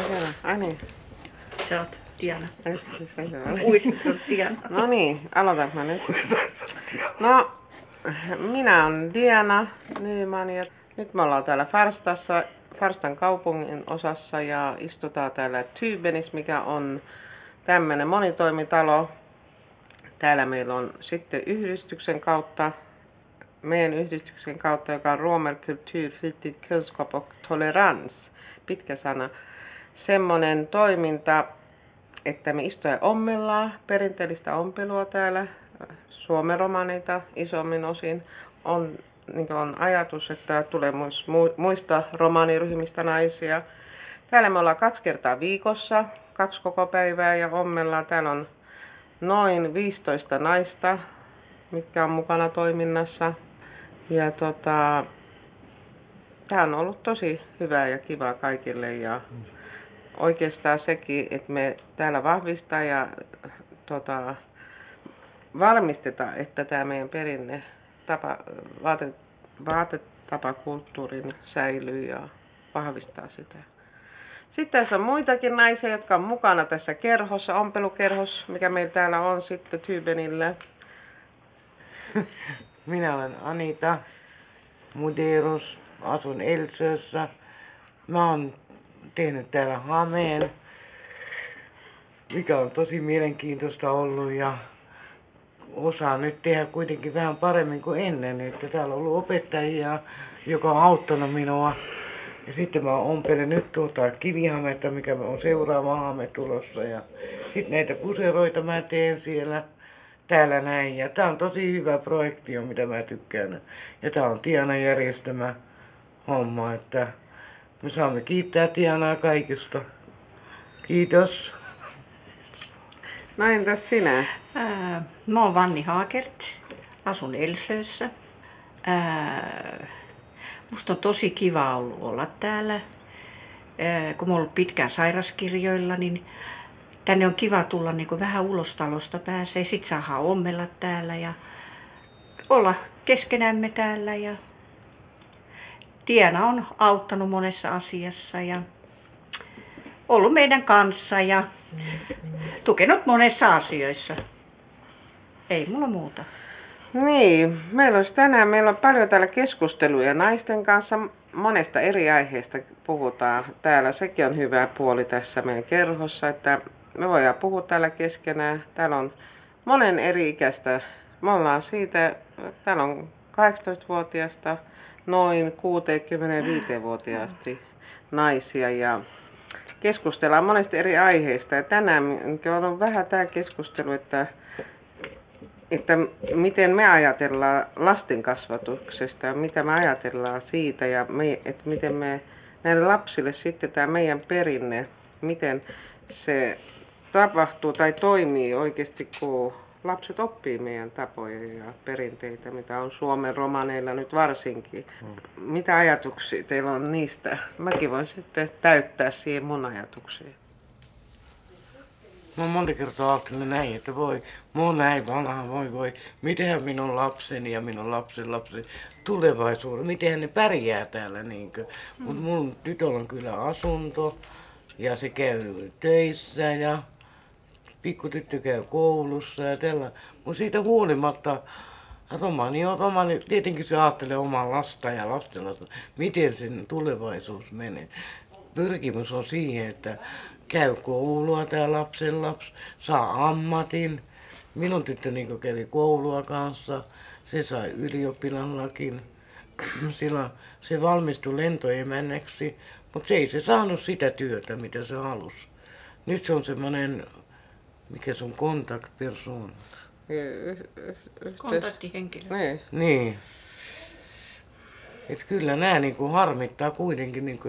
Joo, ai niin. Sä oot Diana. Muistit, sä oot Diana. No niin, aloitan mä nyt. No, minä olen Diana Nyman ja nyt me ollaan täällä Farstassa, Farstan kaupungin osassa ja istutaan täällä Tybenissä, mikä on tämmöinen monitoimitalo. Täällä meillä on sitten meidän yhdistyksen kautta, joka on Romer Kultur, Fritid, Kunskap och Tolerans, pitkä sana. Semmoinen toiminta, että me istuja ommellaan perinteellistä ompelua täällä, suomeromaneita isommin osin. On ajatus, että tulee myös muista romaniryhmistä naisia. Täällä me ollaan 2 kertaa viikossa, 2 koko päivää ja ommellaan. Täällä on noin 15 naista, mitkä on mukana toiminnassa. Ja tämä on ollut tosi hyvää ja kivaa kaikille. Ja oikeastaan sekin, että me täällä vahvistaa ja varmistetaan, että tämä meidän perinne, vaatetapakulttuurin säilyy ja vahvistaa sitä. Sitten tässä on muitakin naisia, jotka on mukana tässä kerhossa, ompelukerhossa, mikä meillä täällä on sitten Tybenillä. Minä olen Anita Muderus, asun Elsössä. Mä oon tehnyt täällä hameen, mikä on tosi mielenkiintoista ollut ja osaan nyt tehdä kuitenkin vähän paremmin kuin ennen. Että täällä on ollut opettajia, joka on auttanut minua. Ja sitten mä ompelen nyt kivihametta, mikä on seuraava hame tulossa. Ja sitten näitä puseroita mä teen täällä näin. Ja tää on tosi hyvä projekti, mitä mä tykkään. Ja tää on Tianan järjestämä homma, että me saamme kiittää Tianaa kaikesta. Kiitos. No entäs sinä? Mä oon Vanni Haakert, asun Elsössä. Musta on tosi kiva ollut olla täällä. Kun mä oon ollut pitkään sairaskirjoilla, niin tänne on kiva tulla niin kuin vähän ulos talosta pääsee. Sit saadaan ommella täällä ja olla keskenämme täällä. Ja Tiana on auttanut monessa asiassa ja ollut meidän kanssa ja tukenut monessa asioissa. Ei mulla muuta. Niin, meillä on paljon täällä keskusteluja naisten kanssa. Monesta eri aiheesta puhutaan täällä. Sekin on hyvä puoli tässä meidän kerhossa, että me voidaan puhua täällä keskenään. Täällä on monen eri ikäistä. Me ollaan täällä on 18-vuotiaasta noin 65-vuotiaasti naisia ja keskustellaan monesta eri aiheista. Ja tänään on ollut vähän tämä keskustelu, että miten me ajatellaan lasten kasvatuksesta ja mitä me ajatellaan siitä ja että miten me näille lapsille sitten tämä meidän perinne, miten se tapahtuu tai toimii oikeasti, kun lapset oppii meidän tapoja ja perinteitä, mitä on Suomen romaneilla nyt varsinkin. Mitä ajatuksia teillä on niistä? Mäkin voin sitten täyttää siihen mun ajatuksia. Mä oon monta kertaa ajatellut näin, että mä oon näin vanha, mitenhän minun lapseni ja minun lapsen tulevaisuuden, mitenhän ne pärjää täällä niinkö. Mut mun tytöllä on kyllä asunto ja se käy töissä ja pikkutyttö käy koulussa ja tällä. Mut siitä huolimatta romani, tietenkin se ajattelee omaa lasta ja lastenlasta, miten sen tulevaisuus menee. Pyrkimys on siihen, että käy koulua tää lapsi, saa ammatin. Minun tyttö kävi koulua kanssa, se sai ylioppilaslakin. Silloin se valmistui lentoemännäksi, mutta se ei saanut sitä työtä, mitä se halusi. Nyt se on semmoinen, mikä se on kontaktpersoon. Kontaktihenkilö. Niin. Et kyllä nämä harmittaa kuitenkin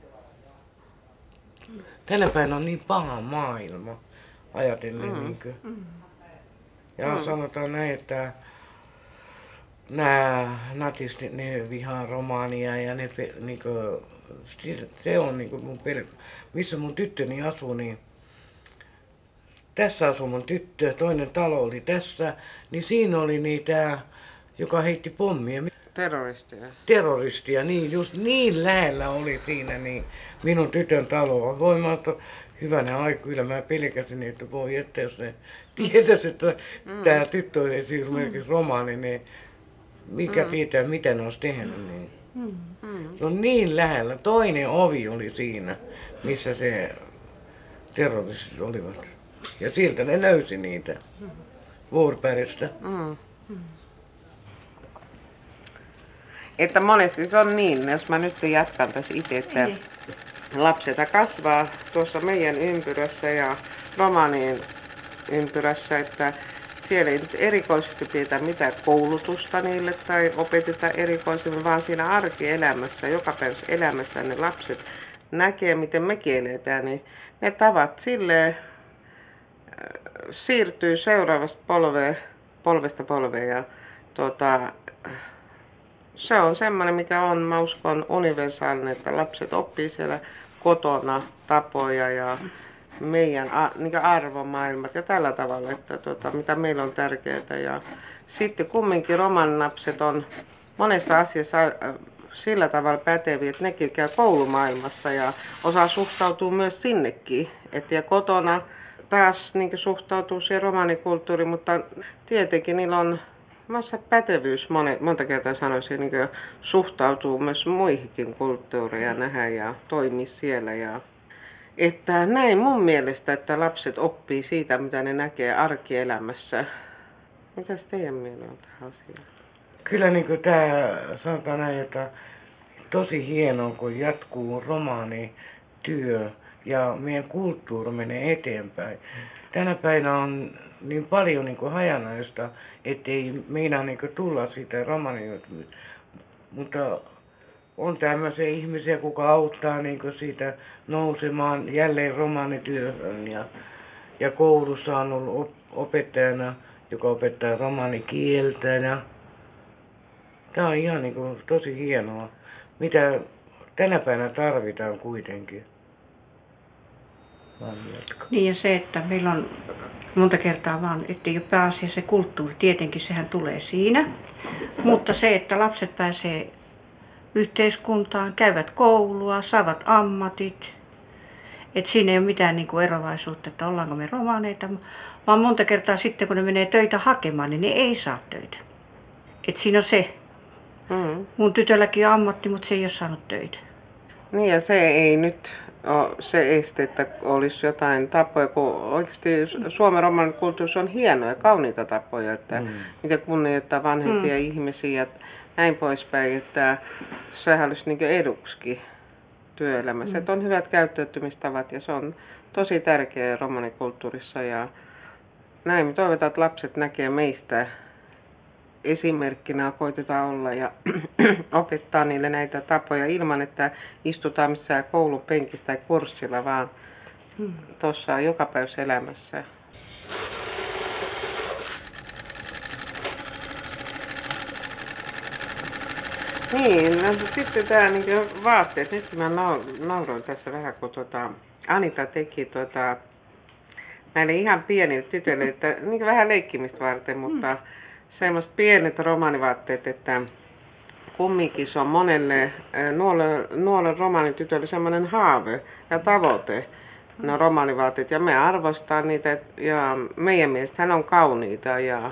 tänä päivänä on niin paha maailma, ajatellen Ja sanotaan näin, että nämä natistit, ne vihaa romaania ja ne se on mun missä mun tyttöni asuu, niin tässä asuu mun tyttö, toinen talo oli tässä, niin siinä oli niitä, joka heitti pommia. terroristia, niin just niin lähellä oli siinä niin minun tytön taloa. Voi mä ottaa hyvänä aikaa, kyllä mä pelkäsin, että voi, että jos ne tietäisi, että tämä tyttö on esimerkiksi romaani, niin mikä tietää, mitä ne olisi tehnyt. Niin. Se on niin lähellä. Toinen ovi oli siinä, missä se terroristit olivat. Ja siltä ne löysi niitä Vuorbergistä. Että monesti se on niin, jos mä nyt jatkan tässä itse, että lapset kasvaa tuossa meidän ympyrässä ja romaanien ympyrässä, että siellä ei nyt erikoisesti pidetä mitään koulutusta niille tai opeteta erikoisemmin, vaan siinä arkielämässä, jokapäiväisessä elämässä ne lapset näkee, miten me eletään, niin ne tavat silleen siirtyy seuraavasta polvesta polveen ja se on semmoinen, mikä on, mä uskon, universaalinen, että lapset oppii siellä kotona tapoja ja meidän niin arvomaailmat ja tällä tavalla, että mitä meillä on tärkeää. Ja sitten kumminkin romanilapset on monessa asiassa sillä tavalla päteviä, että nekin käy koulumaailmassa ja osaa suhtautua myös sinnekin. Ja kotona taas niin suhtautuu siihen romanikulttuuriin, mutta tietenkin niillä on pätevyys, monta kertaa sanoisin, niin suhtautuu myös muihinkin kulttuureja nähdä ja toimii siellä. Että näin mun mielestä, että lapset oppii siitä, mitä ne näkee arkielämässä. Mitäs teidän mielestä on tähän asiaan? Kyllä niin kuin tämä sanotaan näin, että tosi hienoa, kun jatkuu romaanityö ja meidän kulttuuri menee eteenpäin. Tänä päivänä on niin paljon niin kuin hajanaista, ettei meinaa niin kuin tulla siitä romaanityöstä. Mutta on tämmöisiä ihmisiä, kuka auttaa niin kuin siitä nousemaan jälleen romaanityöhön. Ja koulussa on ollut opettajana, joka opettaa romanikieltä. Tämä on ihan niin kuin tosi hienoa, mitä tänä päivänä tarvitaan kuitenkin. Niin ja se, että meillä on monta kertaa vaan, ettei ole pääasia se kulttuuri, tietenkin sehän tulee siinä. Mutta se, että lapset pääsee yhteiskuntaan, käyvät koulua, saavat ammatit. Että siinä ei ole mitään niin kuin eroavaisuutta, että ollaanko me romaaneita, vaan monta kertaa sitten kun ne menee töitä hakemaan, niin ne ei saa töitä. Että siinä on se. Mun tytölläkin on ammatti, mutta se ei ole saanut töitä. Niin ja se ei nyt ole se este, että olisi jotain tapoja, kun oikeasti Suomen romanikulttuurissa on hienoja, kauniita tapoja, että miten kunnioittaa vanhempia ihmisiä ja näin poispäin, että sehän olisi niin eduksikin työelämässä. Että on hyvät käyttäytymistavat ja se on tosi tärkeää romanikulttuurissa ja näin me toivotaan, että lapset näkee meistä esimerkkinä, koitetaan olla ja opettaa niille näitä tapoja ilman, että istutaan missään koulun penkissä tai kurssilla, vaan tuossa jokapäiväisessä elämässä. Niin, no sitten tämä niin vaatteet. Nyt mä nauroin tässä vähän, kun Anita teki näille ihan pienille tytöille, että niin vähän leikkimistä varten, mutta semmoiset pienet romaanivaatteet, että kumminkin se on monelle nuorelle romaanitytölle semmoinen haave ja tavoite, ne romaanivaatteet. Ja me arvostaa niitä ja meidän mielestä hän on kauniita ja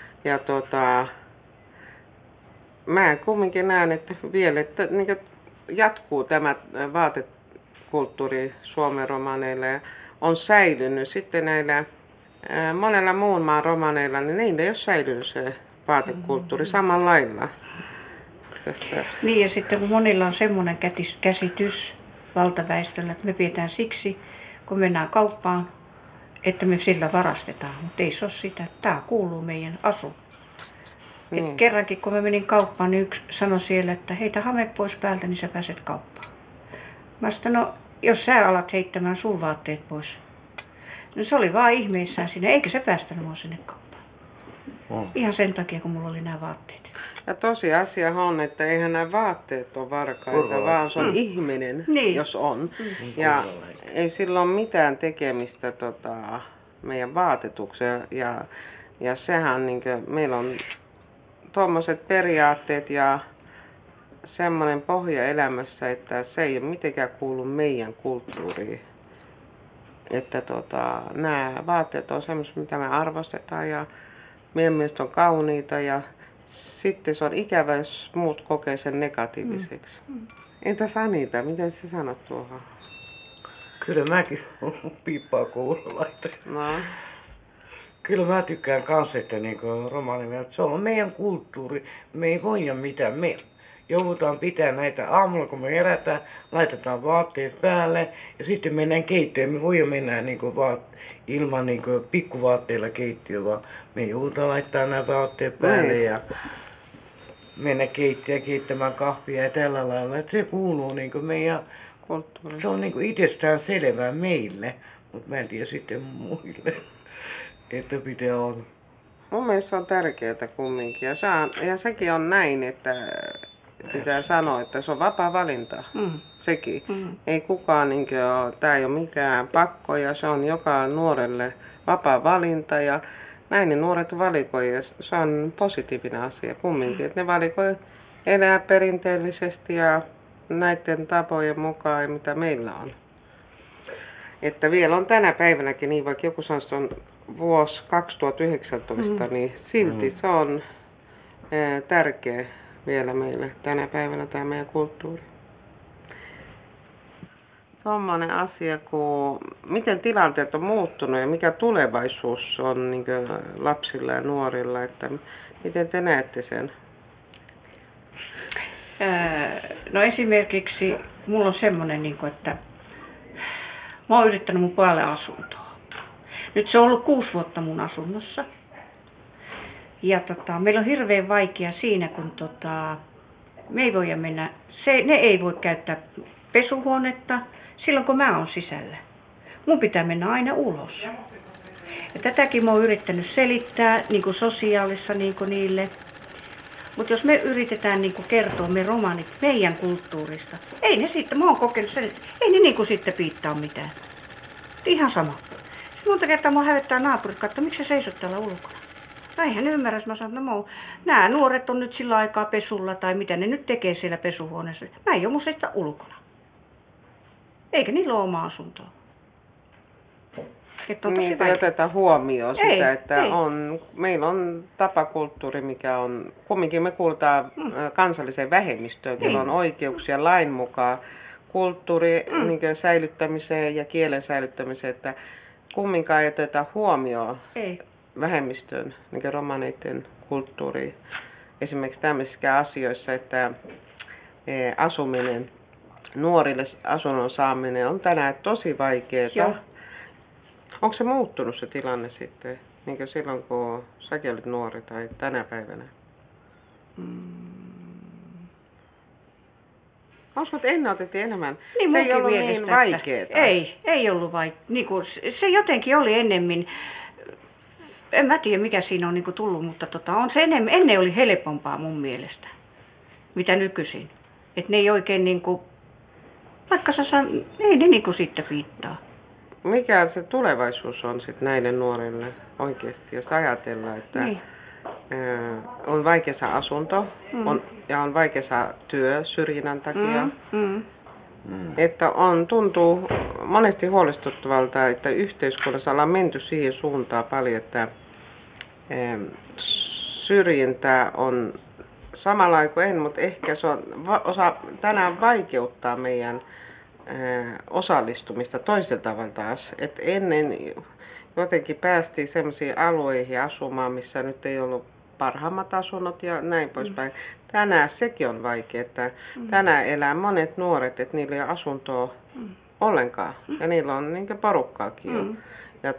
mä kumminkin näen, että vielä että niin jatkuu tämä vaatekulttuuri Suomen romaaneilla ja on säilynyt sitten näillä monella muun maan romaneilla, niin niillä ei ole säilynyt se vaatekulttuuri samalla lailla. Tästä. Niin ja sitten kun monilla on semmoinen käsitys valtaväestöllä, että me pidetään siksi, kun mennään kauppaan, että me sillä varastetaan. Mutta ei se ole sitä, että tämä kuuluu meidän asuun. Niin. Kerrankin kun mä menin kauppaan, niin yksi sanoi siellä, että heitä hame pois päältä, niin sä pääset kauppaan. Mä sanoin, no jos sä alat heittämään sun vaatteet pois. No se oli vaan ihmeissään sinne, eikä se päästänyt mua sinne kauppaan. Ihan sen takia, kun mulla oli nämä vaatteet. Ja tosiasia on, että eihän nämä vaatteet ole varkaita, vaan se on ihminen, jos on. Ja ei sillä ole mitään tekemistä meidän vaatetuksen. Ja sehän meillä on tuommoiset periaatteet ja semmoinen pohja elämässä, että se ei ole mitenkään kuulu meidän kulttuuriin. Että nämä vaatteet on semmoisia, mitä me arvostetaan ja meidän mielestä on kauniita ja sitten se on ikävä, jos muut kokee sen negatiiviseksi. Entäs Anita, miten sä sanot tuohon? Kyllä mäkin piippaa kuulolla. No. Kyllä mä tykkään kanssa, että se on meidän kulttuuri. Me ei voida mitään. Me joudutaan pitää näitä aamulla, kun me herätään, laitetaan vaatteet päälle ja sitten mennään keittiöön. Me voidaan mennä ilman pikkuvaatteilla keittiöön, vaan me joudutaan laittaa nämä vaatteet päälle ja mennä keittiöön keittämään kahvia ja tällä lailla. Että se kuuluu meidän kulttuuriin. Se on itsestään selvää meille, mutta mä en tiedä sitten muille, että pitää olla. Mun mielestä se on tärkeää kumminkin. Ja sekin on näin, että pitää sanoa, että se on vapaa valinta. Sekin. Ei kukaan, tämä ei ole mikään pakko ja se on joka nuorelle vapaa valinta. Ja näin ne nuoret valikoi ja se on positiivinen asia kumminkin. Että ne valikoi elää perinteellisesti ja näiden tapojen mukaan, mitä meillä on. Että vielä on tänä päivänäkin, niin vaikka joku sanoo, että on vuosi 2019, niin silti se on tärkeä vielä meille tänä päivänä tämä meidän kulttuuri. Tuommoinen asia, kuin miten tilanteet on muuttunut ja mikä tulevaisuus on lapsilla ja nuorilla, että miten te näette sen? No esimerkiksi mulla on semmoinen, että mä oon yrittänyt mun pojalle asuntoa. Nyt se on ollut 6 vuotta mun asunnossa. Ja meillä on hirveän vaikea siinä, kun me ei voida mennä, ne ei voi käyttää pesuhuonetta silloin, kun mä oon sisällä. Mun pitää mennä aina ulos. Ja tätäkin mä oon yrittänyt selittää sosiaalissa niille. Mutta jos me yritetään kertoa me romanit meidän kulttuurista, ei ne sitten, mä oon kokenut sen, että ei ne sitten piittaa mitään. Ihan sama. Sitten monta kertaa mua hävettää naapurit, että miksi sä seisot täällä ulkona? No eihän ne ymmärrä, jos mä sanon, että nämä nuoret on nyt sillä aikaa pesulla tai mitä ne nyt tekee siellä pesuhuoneessa. Mä en ole seistä ulkona. Eikä niillä ole omaa asuntoa. Niin, ei oteta huomioon sitä, että meillä on tapakulttuuri, mikä on, kumminkin me kuulutaan kansalliseen vähemmistöön, jolla on oikeuksia lain mukaan kulttuurin säilyttämiseen ja kielen säilyttämiseen, että kumminkaan ei oteta huomioon vähemmistön, romaneiden kulttuuriin. Esimerkiksi tämmöisissä asioissa, että asuminen, nuorille asunnon saaminen on tänään tosi vaikeaa. Onko se muuttunut se tilanne sitten, niin kuin silloin kun säkin olit nuori tai tänä päivänä? Onko että ennen otettiin enemmän? Niin, se ei ollut niin vaikeaa. Ei ollut vaikeaa. Se jotenkin oli ennemmin, en mä tiedä mikä siinä on tullut, mutta on se ennen oli helpompaa mun mielestä, mitä nykyisin. Että ne ei oikein vaikka ei ne sitten piittaa. Mikä se tulevaisuus on sitten näille nuorille oikeasti, jos ajatellaan, että on vaikea saada asunto ja on vaikea saada työ syrjinnän takia. Että tuntuu monesti huolestuttavalta, että yhteiskunnassa ollaan menty siihen suuntaan paljon, että syrjintää on samalla kuin mutta ehkä se on tänään vaikeuttaa meidän osallistumista toisella tavalla taas. Et ennen jotenkin päästiin sellaisiin alueihin asumaan, missä nyt ei ollut parhaimmat asunnot ja näin poispäin. Tänään sekin on vaikea, että tänään elää monet nuoret, että niillä ei ole asuntoa ollenkaan. Ja niillä on porukkaakin jo. Ja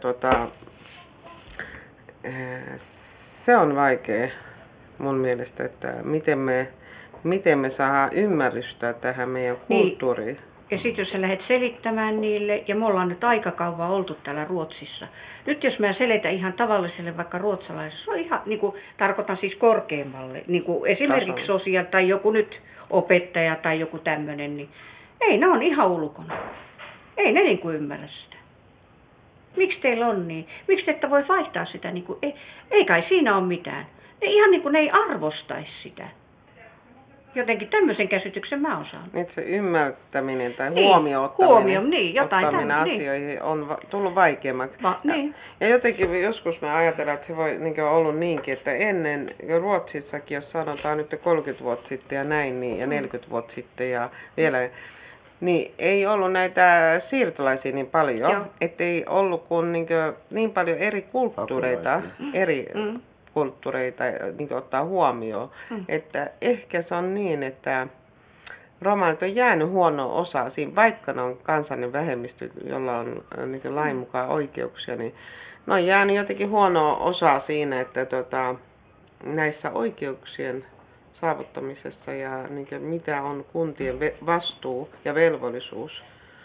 se on vaikea mun mielestä, että miten me saadaan ymmärrystä tähän meidän kulttuuriin. Niin. Ja sitten jos sä lähdet selittämään niille, ja me ollaan nyt aika kauan oltu täällä Ruotsissa. Nyt jos mä selitän ihan tavalliselle vaikka ruotsalaiselle, se on ihan, tarkoitan siis korkeammalle, esimerkiksi sosiaali- tai joku nyt opettaja tai joku tämmöinen, niin ei ne on ihan ulkona. Ei ne ymmärrä sitä. Miksi teillä on niin? Miksi ette voi vaihtaa sitä? Ei kai siinä ole mitään. Ne ihan niin kuin ne ei arvostaisi sitä. Jotenkin tämmöisen käsityksen mä oon saanut. Niin, se ymmärtäminen tai Niin, huomioon niin, jotain ottaminen niin. asioihin on tullut vaikeammaksi. Niin. Ja jotenkin joskus me ajatellaan, että se voi niin ollut niinkin, että ennen Ruotsissakin, jos sanotaan nyt 30 vuotta sitten ja näin, niin, ja 40 vuotta sitten ja vielä, niin ei ollut näitä siirtolaisia niin paljon, että ei ollut kuin niin paljon eri kulttuureita, kulttuureita niin ottaa huomioon, että ehkä se on niin, että romaanit on jäänyt huonoa osaa siinä, vaikka ne on kansallinen vähemmistö, jolla on niin lain mukaan oikeuksia, niin ne on jäänyt jotenkin huonoa osaa siinä, että näissä oikeuksien saavuttamisessa ja niin mitä on kuntien vastuu ja velvollisuus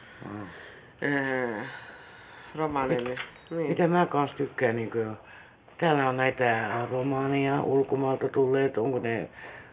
romaaneille. Niin. Mitä mä kans tykkään, niin kuin, täällä on näitä romaaneja ulkomaalta tulleet, onko ne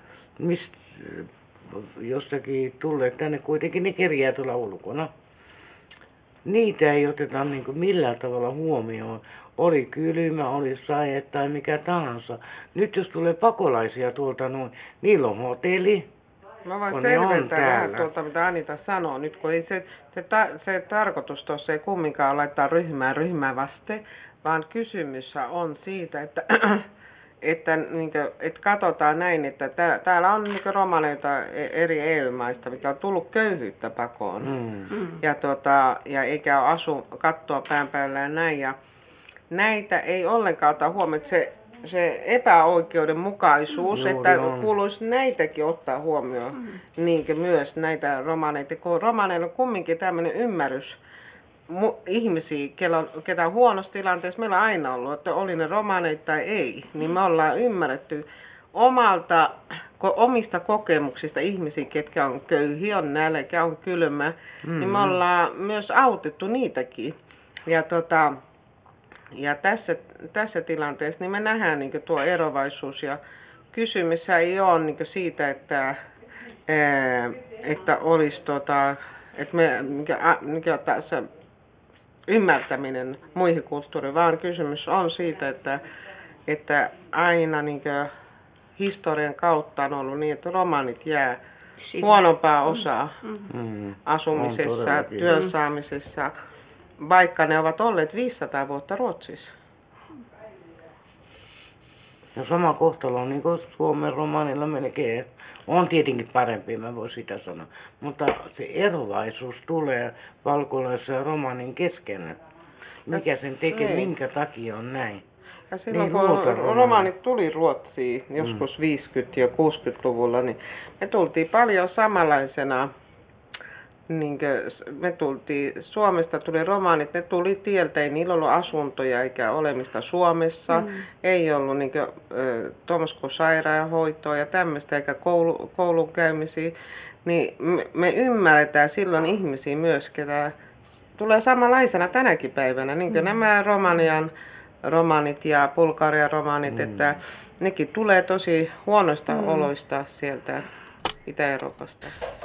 jostakin tulleet tänne, kuitenkin ne kerjää tuolla ulkona. Niitä ei oteta niin kuin millään tavalla huomioon. Oli kylmä, oli sade tai mikä tahansa. Nyt jos tulee pakolaisia tuolta noin, niillä on hotelli. Mä voin selventää vähän tuolta, mitä Anita sanoo nyt, kun ei se tarkoitus tuossa ei kumminkaan laittaa ryhmää vasten, vaan kysymys on siitä, että katsotaan näin, että täällä on romaneita eri EU-maista, mikä on tullut köyhyyttä pakoon. Ja eikä ole kattoa pään päällä ja näin. Ja näitä ei ollenkaan ota huomioon, että se epäoikeudenmukaisuus, että kuuluisi näitäkin ottaa huomioon, niinkö myös näitä romaneita, kun romaneilla on kumminkin tämmöinen ymmärrys ihmisiä, ketä on huonossa tilanteessa, meillä on aina ollut, että oli ne romaneita tai ei, niin me ollaan ymmärretty omista kokemuksista ihmisiä, ketkä on köyhiä, on nälkä, on kylmä, niin me ollaan myös autettu niitäkin. Ja tässä tilanteessa niin me nähdään niin tuo eroavaisuus ja kysymys ei ole niin siitä, että olisi että mikä tässä ymmärtäminen muihin kulttuuriin, vaan kysymys on siitä, että aina niin historian kautta on ollut niin, että romaanit jää huonompaa osaa asumisessa, työn saamisessa, vaikka ne ovat olleet 500 vuotta Ruotsissa. Ja sama kohtalo on niin kuin Suomen romaanilla melkein. On tietenkin parempi, mä voin sitä sanoa. Mutta se erovaisuus tulee valkoilaisen ja romaanin kesken. Mikä sen tekee, minkä takia on näin. Ja silloin kun romaanit tuli Ruotsiin joskus 50- ja 60-luvulla, niin me tultiin paljon samanlaisena. Suomesta tuli romaanit, ne tuli tieltä, ei niillä ollut asuntoja eikä olemista Suomessa, ei ollut tuommoista sairaanhoitoa ja tämmöistä eikä koulun käymisiä, niin me ymmärretään silloin ihmisiä myös, ketä tulee samanlaisena tänäkin päivänä, niin kuin nämä Romanian romaanit ja Bulgarian romaanit, että nekin tulee tosi huonoista oloista sieltä Itä-Euroopasta.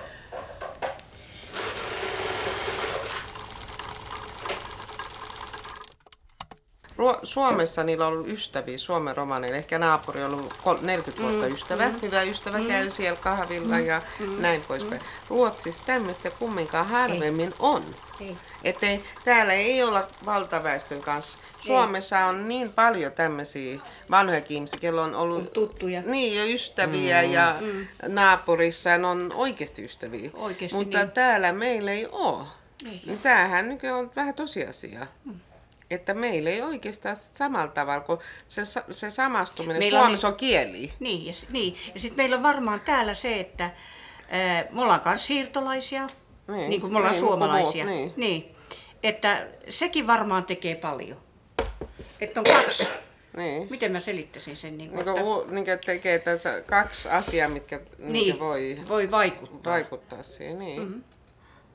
Suomessa niillä on ollut ystäviä, Suomen romaneilla. Ehkä naapuri on ollut 40 vuotta ystävä, hyvä ystävä, käy siellä kahvilla ja näin poispäin. Ruotsissa tämmöistä kumminkaan harvemmin on. Että täällä ei olla valtaväestön kanssa. Suomessa on niin paljon tämmöisiä vanhoja ihmisiä, joilla on ollut tuttuja. Niin, ja ystäviä ja naapurissa on oikeasti ystäviä. Mutta niin. Täällä meillä ei ole. Niin tämähän on vähän tosiasia. Että meillä ei oikeastaan samalla tavalla, kun se samastuminen meillä Suomessa on kieli. Niin, ja sitten meillä on varmaan täällä se, että me ollaan myös siirtolaisia, niin kuin me ollaan suomalaisia. Niin. Että sekin varmaan tekee paljon. Että on kaksi. Niin. Miten mä selittäisin sen? Tekee tässä kaksi asiaa, mitkä voi vaikuttaa siihen. Niin.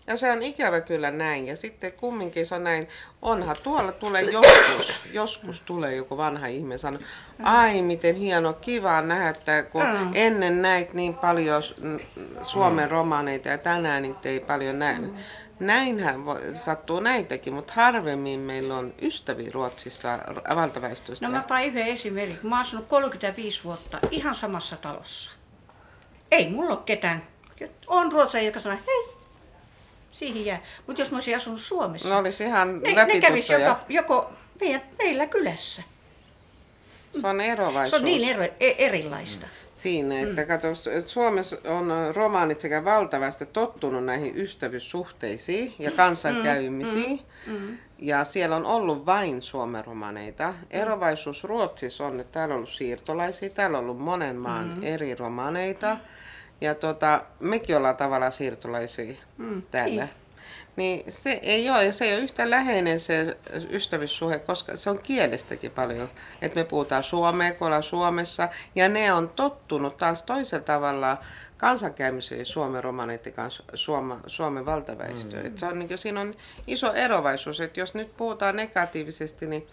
Ja se on ikävä kyllä näin. Ja sitten kumminkin se on näin, onhan tuolla tulee joskus tulee joku vanha ihminen sanoo, ai miten hieno, kiva nähdä, että kun ennen näit niin paljon Suomen romaaneita ja tänään niitä ei paljon näy. Näinhän sattuu näitäkin, mutta harvemmin meillä on ystäviä Ruotsissa valtaväestöstä. No mä pain yhden esimerkin. Mä oon asunut 35 vuotta ihan samassa talossa. Ei mulla ole ketään. On ruotsalaisia, jotka sanoo, hei, siihen jää. Mutta jos mä olisin asunut Suomessa, No olisi ihan ne kävisi joko meillä kylässä. Se on eroavaisuus. Se on niin erilaista. Siinä, että kato, että Suomessa on romaanit sekä valtavasti tottunut näihin ystävyyssuhteisiin ja kanssakäymisiin. Ja siellä on ollut vain Suomen romaaneita. Eroavaisuus Ruotsissa on, että täällä on ollut siirtolaisia, täällä on ollut monen maan eri romaaneita. Ja mekin ollaan tavallaan siirtolaisia täällä. Niin se ei ole, ja se ei ole yhtä läheinen se ystävyyssuhe, koska se on kielestäkin paljon. Että me puhutaan suomea, kun ollaan Suomessa, ja ne on tottunut taas toisella tavalla kansankäymiseen Suomen romaneiden kanssa, Suomen valtaväestöön. Se on, niin kuin, siinä on iso erovaisuus, että jos nyt puhutaan negatiivisesti, niin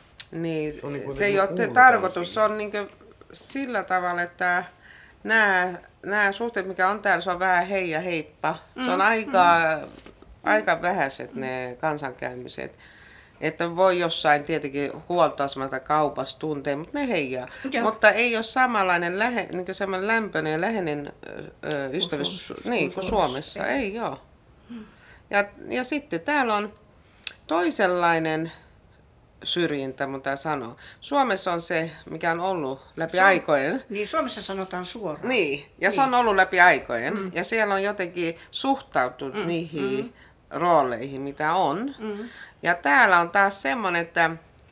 se ei ole tarkoitus. Se on niin kuin sillä tavalla, että nämä suhteet, mikä on täällä, se on vähän hei ja heippa. Se on aika vähäiset ne kansankäymiset. Että voi jossain tietenkin huoltoasemalta kaupassa tuntea, mutta ne heijaa. Mutta ei ole samanlainen niin semmoinen lämpöinen ja läheinen ystävyys kuin Suomessa. Ei ole. Ja sitten täällä on toisenlainen syrjintä, mutta sanoo. Suomessa on se, mikä on ollut läpi aikojen. Niin, Suomessa sanotaan suoraan. Niin, ja se on ollut läpi aikojen. Ja siellä on jotenkin suhtautunut niihin rooleihin, mitä on. Ja täällä on taas semmoinen, että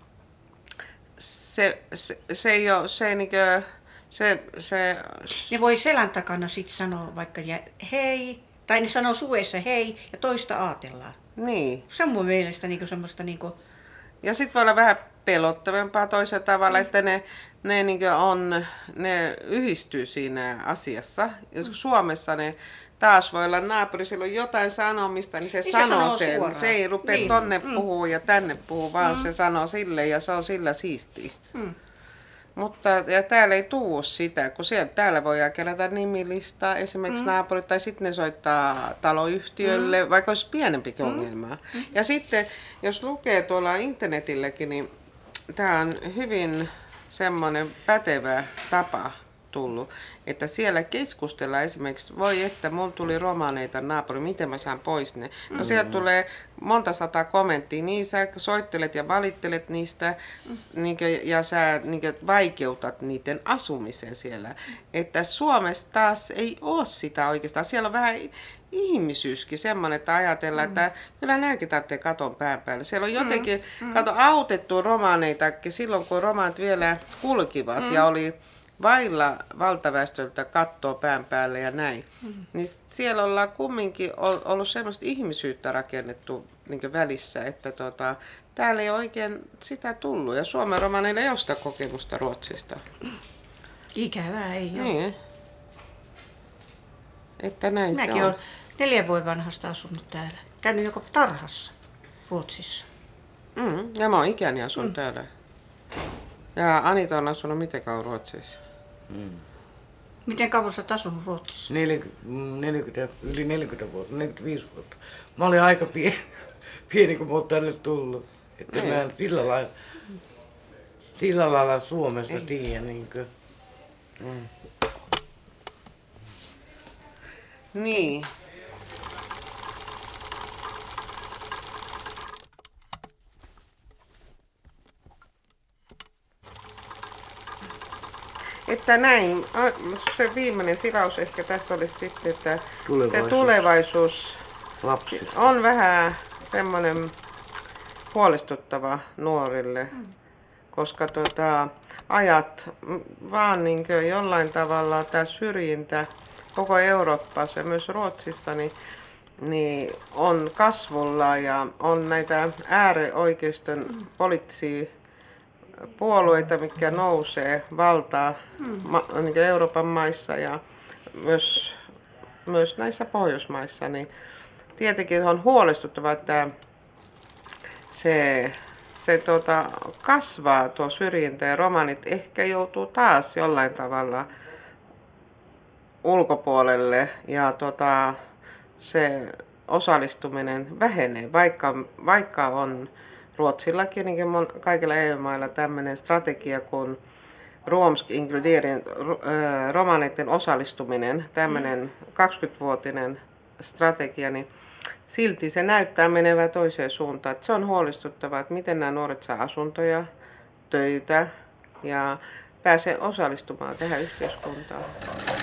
se ei ole se niinkö ne voi selän takana sitten sanoa vaikka hei, tai ne sanoo suvessa hei ja toista aatellaan. Niin. Se on mun mielestä niinku semmoista niinku. Ja sitten voi olla vähän pelottavampaa toisella tavalla, että ne yhdistyy siinä asiassa. Jos Suomessa ne taas voi olla naapuri, sillä on jotain sanomista, niin se sanoo sen. Suoraan. Se ei rupea tonne puhuu ja tänne puhuu, vaan se sanoo sille ja se on sillä siistiä. Mutta ja täällä ei tuu sitä, kun täällä voi kerätä nimilistaa esimerkiksi naapurit, tai sitten ne soittaa taloyhtiölle, vaikka olisi pienempikin ongelmaa. Ja sitten, jos lukee tuolla internetilläkin, niin tämä on hyvin semmoinen pätevä tapa tullut, että siellä keskustellaan esimerkiksi, voi että mun tuli romaaneita naapuri, miten mä saan pois ne. No sieltä tulee monta sataa kommenttia, niin sä soittelet ja valittelet niistä ja sä vaikeutat niiden asumisen siellä. Että Suomessa taas ei ole sitä oikeastaan, siellä on vähän ihmisyyskin semmoinen, että ajatellaan, että kyllä nämäkin tarvitsee katon pään päälle. Siellä on jotenkin autettu romaaneita silloin, kun romaanit vielä kulkivat ja oli vailla valtaväestöltä kattoa pään päälle ja näin. Niin siellä ollaan kumminkin ollut semmoista ihmisyyttä rakennettu niin välissä, että täällä ei oikein sitä tullut. Ja Suomen romaaneilla ei ole sitä kokemusta Ruotsista. Ikävää ei ole. Niin. Että näin Mäkin se on. olen 4 vuoden vanhasta asunut täällä. Käynyt joko tarhassa Ruotsissa. Ja mä oon ikäni asunut täällä. Ja Anita on asunut miten kauan Ruotsissa? Miten kauan sä oot asunut Ruotsissa? Yli 40 vuotta, 45 vuotta. Mä olin aika pieni kun mä oon tänne tullut. Että mä en sillä lailla Suomesta tiedä. Niin. Että näin, se viimeinen silaus ehkä tässä olisi sitten, että se tulevaisuus lapsista on vähän semmoinen huolestuttava nuorille, koska ajat vaan jollain tavalla tämä syrjintä koko Euroopassa ja myös Ruotsissa niin on kasvulla ja on näitä äärioikeiston poliittisia puolueita, mitkä nousee valtaa Euroopan maissa ja myös näissä Pohjoismaissa, niin tietenkin on huolestuttavaa, että se kasvaa tuo syrjintä ja romanit ehkä joutuu taas jollain tavalla ulkopuolelle ja se osallistuminen vähenee, vaikka on Ruotsillakin niin kuin kaikilla EU-mailla tämmöinen strategia kuin romsk inkludering, romaneiden osallistuminen, tämmöinen 20-vuotinen strategia, niin silti se näyttää menevää toiseen suuntaan. Että se on huolestuttavaa, että miten nämä nuoret saa asuntoja, töitä ja pääsee osallistumaan tähän yhteiskuntaan.